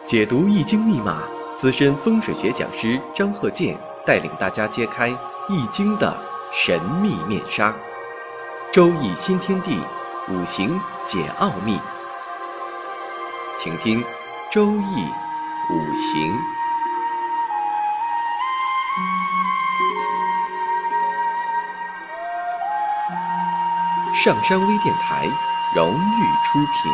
解读易经密码，资深风水学讲师张鹤剑带领大家揭开易经的神秘面纱。周易新天地，五行解奥秘。请听周易五行。上山微电台荣誉出品。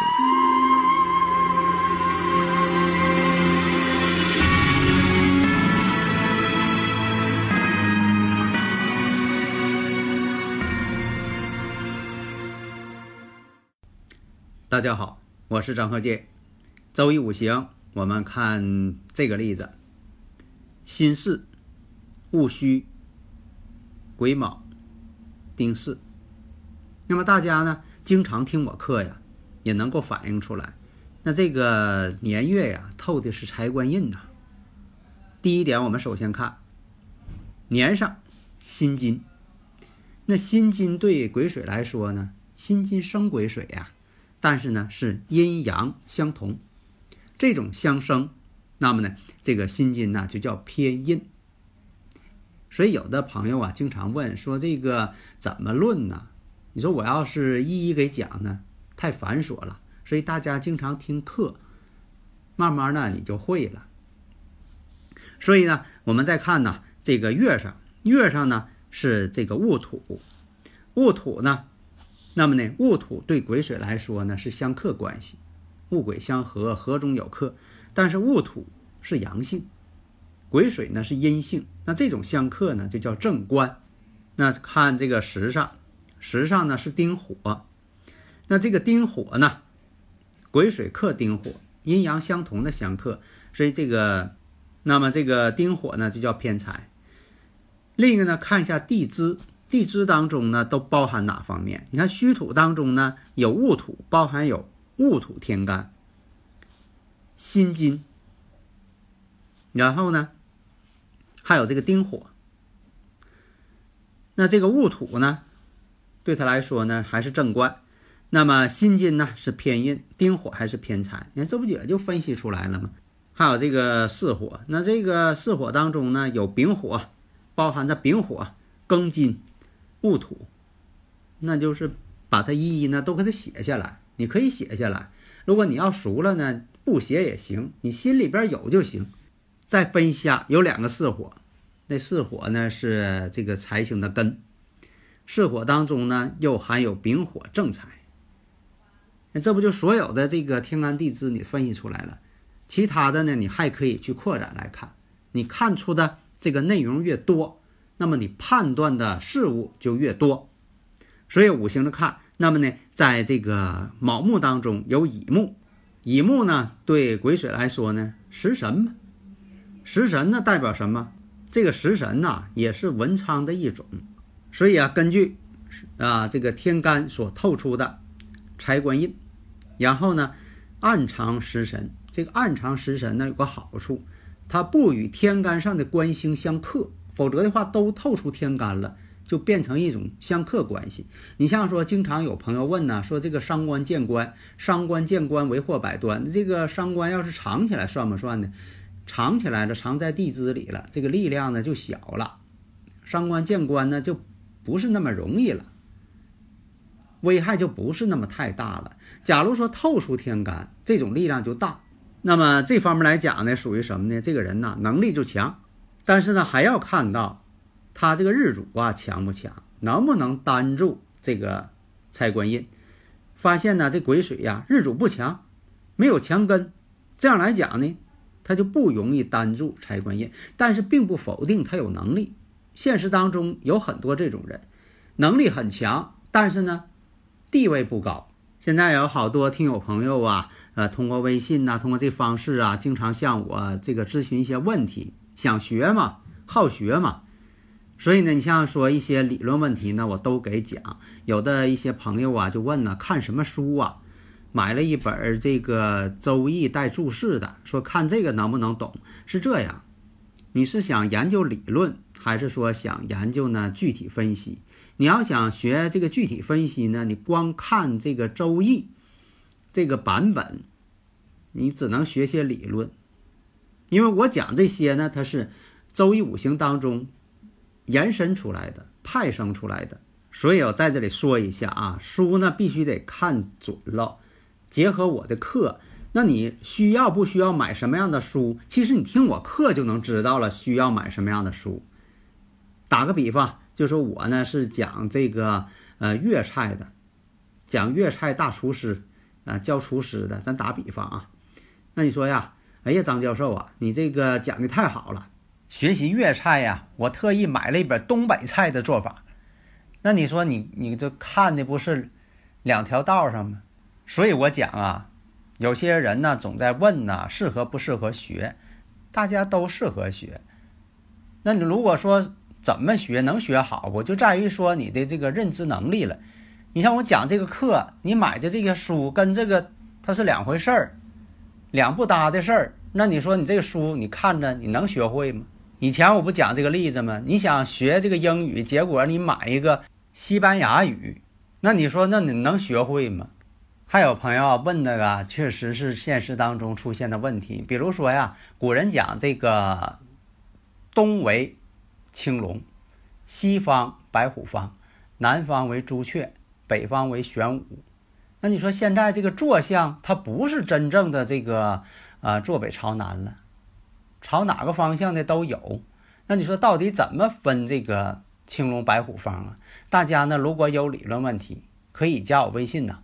大家好，我是张鹤剑。周易五行，我们看这个例子：辛巳、戊戌、癸卯、丁巳。那么大家呢，经常听我课呀，也能够反映出来。那这个年月呀，透的是财官印呐。第一点，我们首先看年上辛金。那辛金对癸水来说呢，辛金生癸水呀，但是呢是阴阳相同，这种相生，那么呢这个辛金呢就叫偏印。所以有的朋友啊经常问说，这个怎么论呢？你说我要是一一给讲呢，太繁琐了，所以大家经常听课，慢慢呢你就会了。所以呢我们再看呢这个月上呢是这个戊土。戊土呢，那么呢戊土对癸水来说呢是相克关系，戊癸相合，合中有克，但是戊土是阳性，癸水呢是阴性，那这种相克呢就叫正官。那看这个时上呢是丁火。那这个丁火呢，癸水克丁火，阴阳相同的相克，所以那么这个丁火呢就叫偏财。另一个呢，看一下地支当中呢都包含哪方面？你看戌土当中呢有戊土，包含有戊土天干、辛金，然后呢还有这个丁火。那这个戊土呢对他来说呢还是正官，那么辛金呢是偏印，丁火还是偏财。你看这不也就分析出来了吗？还有这个巳火，那这个巳火当中呢有丙火，包含着丙火、庚金、戊土，那就是把它一一呢都给它写下来。你可以写下来，如果你要熟了呢不写也行，你心里边有就行。再分一下，有两个巳火，那巳火呢是这个财星的根，巳火当中呢又含有丙火正财。那这不就所有的这个天干地支你分析出来了，其他的呢你还可以去扩展来看，你看出的这个内容越多，那么你判断的事物就越多。所以五行的看，那么呢在这个卯木当中有乙木。乙木呢对癸水来说呢食神嘛，食神呢代表什么？这个食神呢也是文昌的一种。所以啊根据这个天干所透出的财官印，然后呢暗藏食神。这个暗藏食神呢有个好处，它不与天干上的官星相克，否则的话都透出天干了，就变成一种相克关系。你像说经常有朋友问呢，说这个伤官见官，伤官见官为祸百端，这个伤官要是藏起来算不算呢？藏起来了，藏在地支里了，这个力量呢就小了，伤官见官呢就不是那么容易了，危害就不是那么太大了。假如说透出天干，这种力量就大。那么这方面来讲呢，属于什么呢？这个人呢能力就强，但是呢还要看到他这个日主啊强不强，能不能担住这个财官印。发现呢这癸水呀日主不强，没有强根，这样来讲呢他就不容易担住财官印。但是并不否定他有能力，现实当中有很多这种人，能力很强，但是呢地位不高。现在有好多听友朋友啊通过微信通过这方式啊经常向我这个咨询一些问题，想学嘛，好学嘛。所以呢你像说一些理论问题呢我都给讲。有的一些朋友啊就问呢，看什么书啊，买了一本这个周易带注释的，说看这个能不能懂。是这样，你是想研究理论，还是说想研究呢具体分析？你要想学这个具体分析呢，你光看这个周易这个版本，你只能学些理论， 因为我讲这些呢，它是周易五行当中延伸出来的、派生出来的，所以我在这里说一下啊，书呢必须得看准了，结合我的课。那你需要不需要买什么样的书？其实你听我课就能知道了，需要买什么样的书。打个比方，就说我呢是讲这个粤菜的，讲粤菜大厨师教厨师的，咱打比方啊。那你说呀，哎呀张教授啊，你这个讲的太好了，学习粤菜呀，我特意买了一本东北菜的做法。那你说你这看的不是两条道上吗？所以我讲啊，有些人呢总在问呢，适合不适合学？大家都适合学。那你如果说怎么学能学好不，就在于说你的这个认知能力了。你像我讲这个课，你买的这个书跟这个它是两回事儿，两不搭的事儿。那你说你这个书你看着你能学会吗？以前我不讲这个例子吗？你想学这个英语，结果你买一个西班牙语，那你说那你能学会吗？还有朋友问那个确实是现实当中出现的问题，比如说呀，古人讲这个东为青龙，西方白虎方，南方为朱雀，北方为玄武。那你说现在这个坐向它不是真正的这个坐北朝南了，朝哪个方向的都有。那你说到底怎么分这个青龙白虎方啊？大家呢如果有理论问题，可以加我微信呢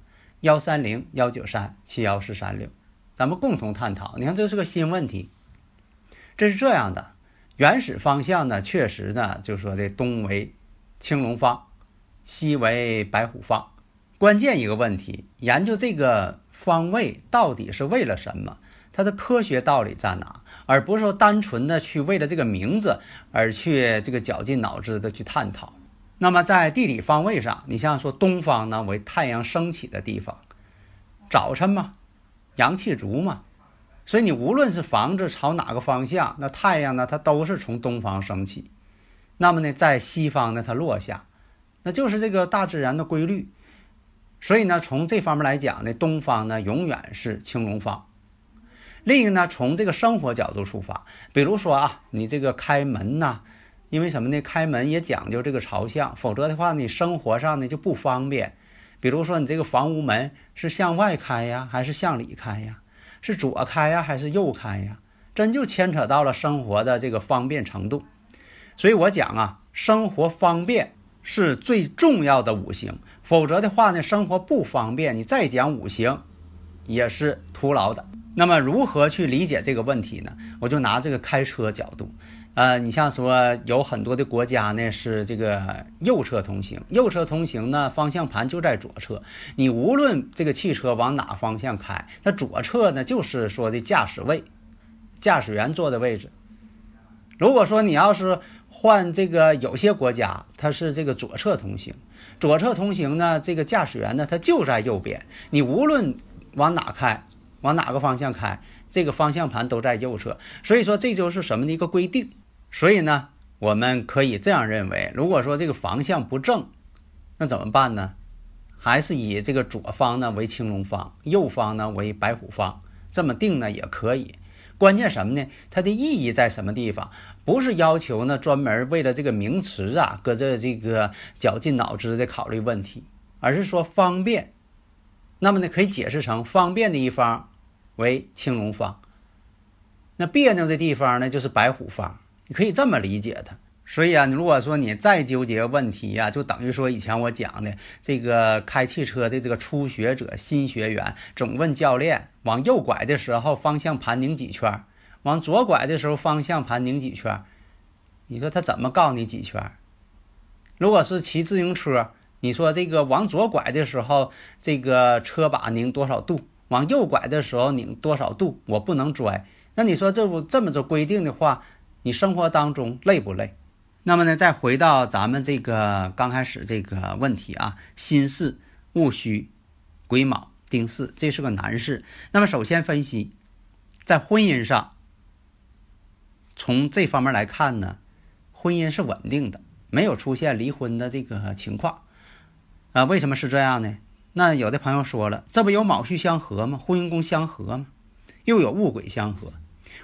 130-193-71436，咱们共同探讨。你看这是个新问题。这是这样的，原始方向呢确实呢就说的东为青龙方，西为白虎方。关键一个问题，研究这个方位到底是为了什么，它的科学道理在哪，而不是说单纯的去为了这个名字而去这个绞尽脑汁的去探讨。那么在地理方位上，你像说东方呢为太阳升起的地方，早晨嘛，阳气足嘛，所以你无论是房子朝哪个方向，那太阳呢它都是从东方升起。那么呢在西方呢它落下，那就是这个大自然的规律。所以呢从这方面来讲呢，东方呢永远是青龙方。另一个呢，从这个生活角度出发，比如说啊，你这个开门呐，因为什么呢？开门也讲究这个朝向，否则的话你生活上呢就不方便。比如说你这个房屋门是向外开呀，还是向里开呀？是左开呀，还是右开呀？真就牵扯到了生活的这个方便程度。所以我讲啊，生活方便是最重要的五行，否则的话呢，生活不方便，你再讲五行也是徒劳的。那么如何去理解这个问题呢？我就拿这个开车角度，你像说有很多的国家呢是这个右侧通行，右侧通行呢方向盘就在左侧，你无论这个汽车往哪方向开，那左侧呢就是说的驾驶位，驾驶员坐的位置。如果说你要是换这个有些国家它是这个左侧通行，左侧通行呢这个驾驶员呢他就在右边，你无论往哪开，往哪个方向开，这个方向盘都在右侧。所以说这就是什么的一个规定。所以呢我们可以这样认为，如果说这个方向不正，那怎么办呢？还是以这个左方呢为青龙方，右方呢为白虎方，这么定呢也可以。关键什么呢？它的意义在什么地方？不是要求呢专门为了这个名词啊搁这个绞尽脑汁的考虑问题，而是说方便。那么呢可以解释成方便的一方为青龙方，那别扭的地方呢就是白虎方，你可以这么理解它。所以啊，如果说你再纠结问题啊，就等于说以前我讲的这个开汽车的这个初学者新学员总问教练，往右拐的时候方向盘拧几圈，往左拐的时候方向盘拧几圈，你说他怎么告诉你几圈？如果是骑自行车，你说这个往左拐的时候这个车把拧多少度，往右拐的时候拧多少度，我不能拽。那你说这么做规定的话，你生活当中累不累？那么呢再回到咱们这个刚开始这个问题啊，辛巳、戊戌、癸卯、丁巳，这是个难事。那么首先分析在婚姻上，从这方面来看呢，婚姻是稳定的，没有出现离婚的这个情况为什么是这样呢？那有的朋友说了，这不有卯戌相合吗？婚姻宫相合吗？又有戊癸相合。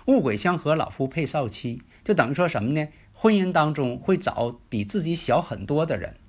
戊癸相合，老夫配少妻，就等于说什么呢？婚姻当中会找比自己小很多的人。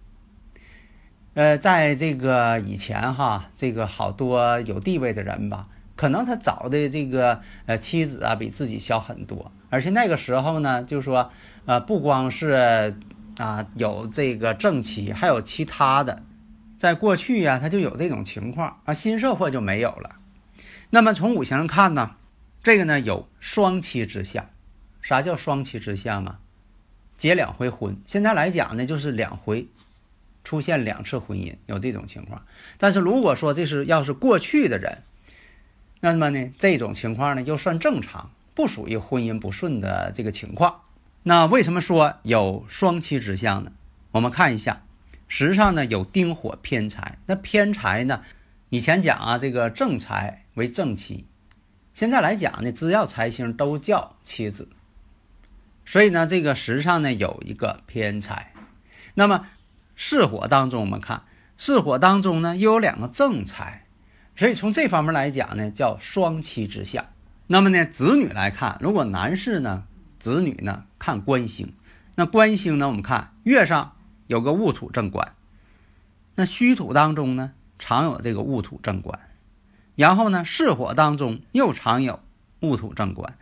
在这个以前哈，这个好多有地位的人吧，可能他找的这个妻子啊比自己小很多，而且那个时候呢，就是说不光是有这个正妻，还有其他的。在过去呀，他就有这种情况新社会就没有了。那么从五行上看呢，这个呢有双妻之象。啥叫双妻之象啊？结2回婚，现在来讲呢，就是2回出现2次婚姻，有这种情况。但是如果说这是要是过去的人，那么呢这种情况呢又算正常，不属于婚姻不顺的这个情况。那为什么说有双妻之象呢？我们看一下，实际上呢有丁火偏财。那偏财呢，以前讲这个正财为正妻，现在来讲呢，只要财星都叫妻子，所以呢这个实际上呢有一个偏财。那么巳火当中，我们看巳火当中呢又有2个正财，所以从这方面来讲呢叫双妻之象。那么呢子女来看，如果男士呢子女呢看官星，那官星呢我们看月上有个戊土正官，那戌土当中呢常有这个戊土正官，然后呢巳火当中又常有戊土正官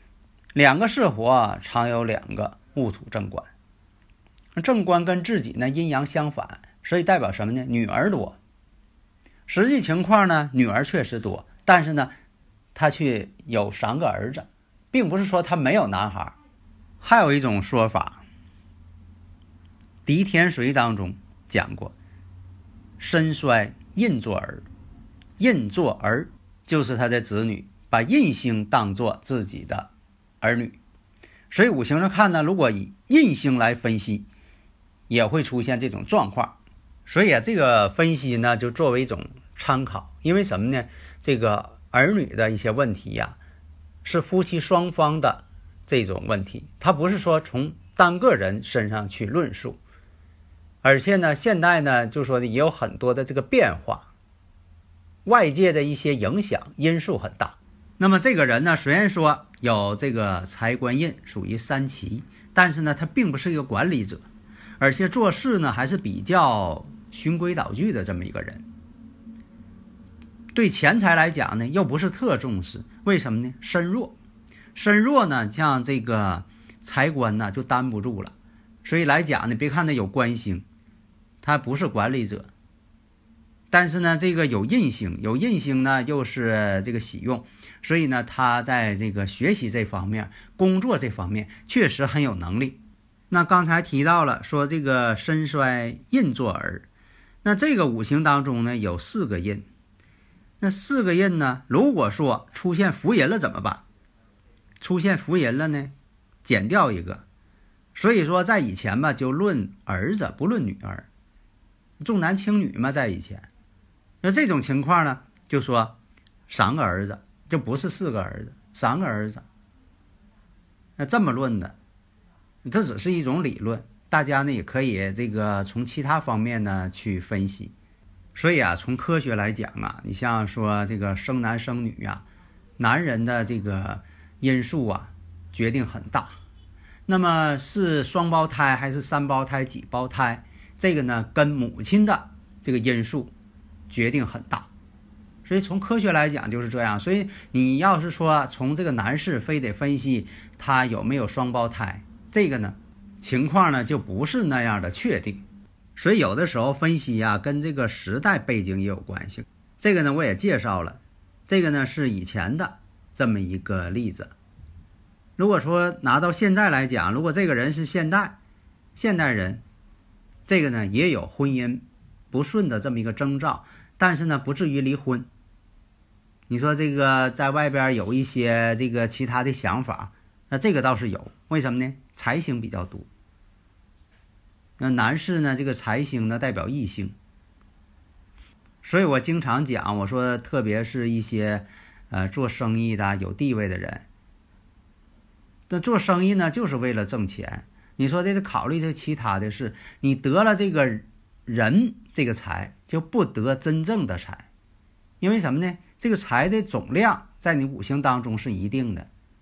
，2个巳火常有2个戊土正官。正官跟自己呢阴阳相反，所以代表什么呢？女儿多。实际情况呢，女儿确实多，但是呢他却有3个儿子，并不是说他没有男孩。还有一种说法，狄天髓当中讲过，身衰印作儿，印作儿就是他的子女，把印星当作自己的儿女。所以五行上看呢，如果以印星来分析，也会出现这种状况。所以这个分析呢就作为一种参考。因为什么呢？这个儿女的一些问题呀，是夫妻双方的这种问题，它不是说从单个人身上去论述。而且呢现代呢就说也有很多的这个变化，外界的一些影响因素很大。那么这个人呢虽然说有这个财官印属于3奇，但是呢他并不是一个管理者，而且做事呢还是比较循规蹈矩的这么一个人。对钱财来讲呢又不是特重视，为什么呢？身弱。身弱呢像这个财官呢就担不住了。所以来讲呢，别看他有官星，他不是管理者，但是呢这个有印星，有印星呢又是这个喜用，所以呢他在这个学习这方面，工作这方面确实很有能力。那刚才提到了说这个身衰印作儿，那这个五行当中呢有4个印，那4个印呢如果说出现福人了怎么办？出现福人了呢减掉一个。所以说在以前吧就论儿子不论女儿，重男轻女嘛，在以前。那这种情况呢就说3个儿子，就不是4个儿子，3个儿子。那这么论的，这只是一种理论，大家呢也可以这个从其他方面呢去分析。所以从科学来讲你像说这个生男生女男人的这个因素决定很大。那么是双胞胎还是3胞胎几胞胎，这个呢跟母亲的这个因素决定很大。所以从科学来讲就是这样。所以你要是说从这个男士非得分析他有没有双胞胎，这个呢情况呢就不是那样的确定。所以有的时候分析跟这个时代背景也有关系。这个呢我也介绍了，这个呢是以前的这么一个例子。如果说拿到现在来讲，如果这个人是现代人，这个呢也有婚姻不顺的这么一个征兆，但是呢不至于离婚。你说这个在外边有一些这个其他的想法，那这个倒是有。为什么呢？财星比较多。那男士呢这个财星呢代表异性。所以我经常讲，我说特别是一些做生意的有地位的人，那做生意呢就是为了挣钱。你说这是考虑这其他的事，你得了这个人这个财，就不得真正的财。因为什么呢？这个财的总量在你五行当中是一定的，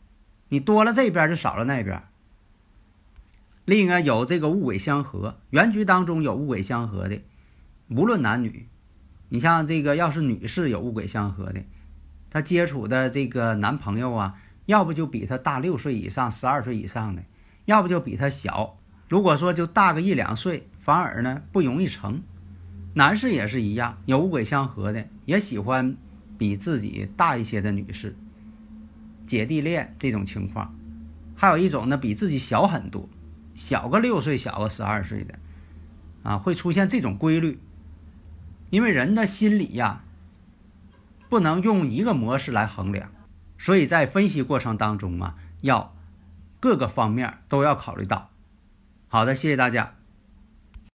你多了这边就少了那边。另一个有这个物伪相合，原局当中有物伪相合的，无论男女。你像这个要是女士有物伪相合的，她接触的这个男朋友啊，要不就比她大6岁以上12岁以上的，要不就比她小，如果说就大个1、2岁，反而呢不容易成。男士也是一样，有物伪相合的，也喜欢比自己大一些的女士，姐弟恋这种情况。还有一种呢比自己小很多，小个6岁，小个12岁的啊，会出现这种规律。因为人的心理呀，不能用一个模式来衡量，所以在分析过程当中啊，要各个方面都要考虑到。好的，谢谢大家。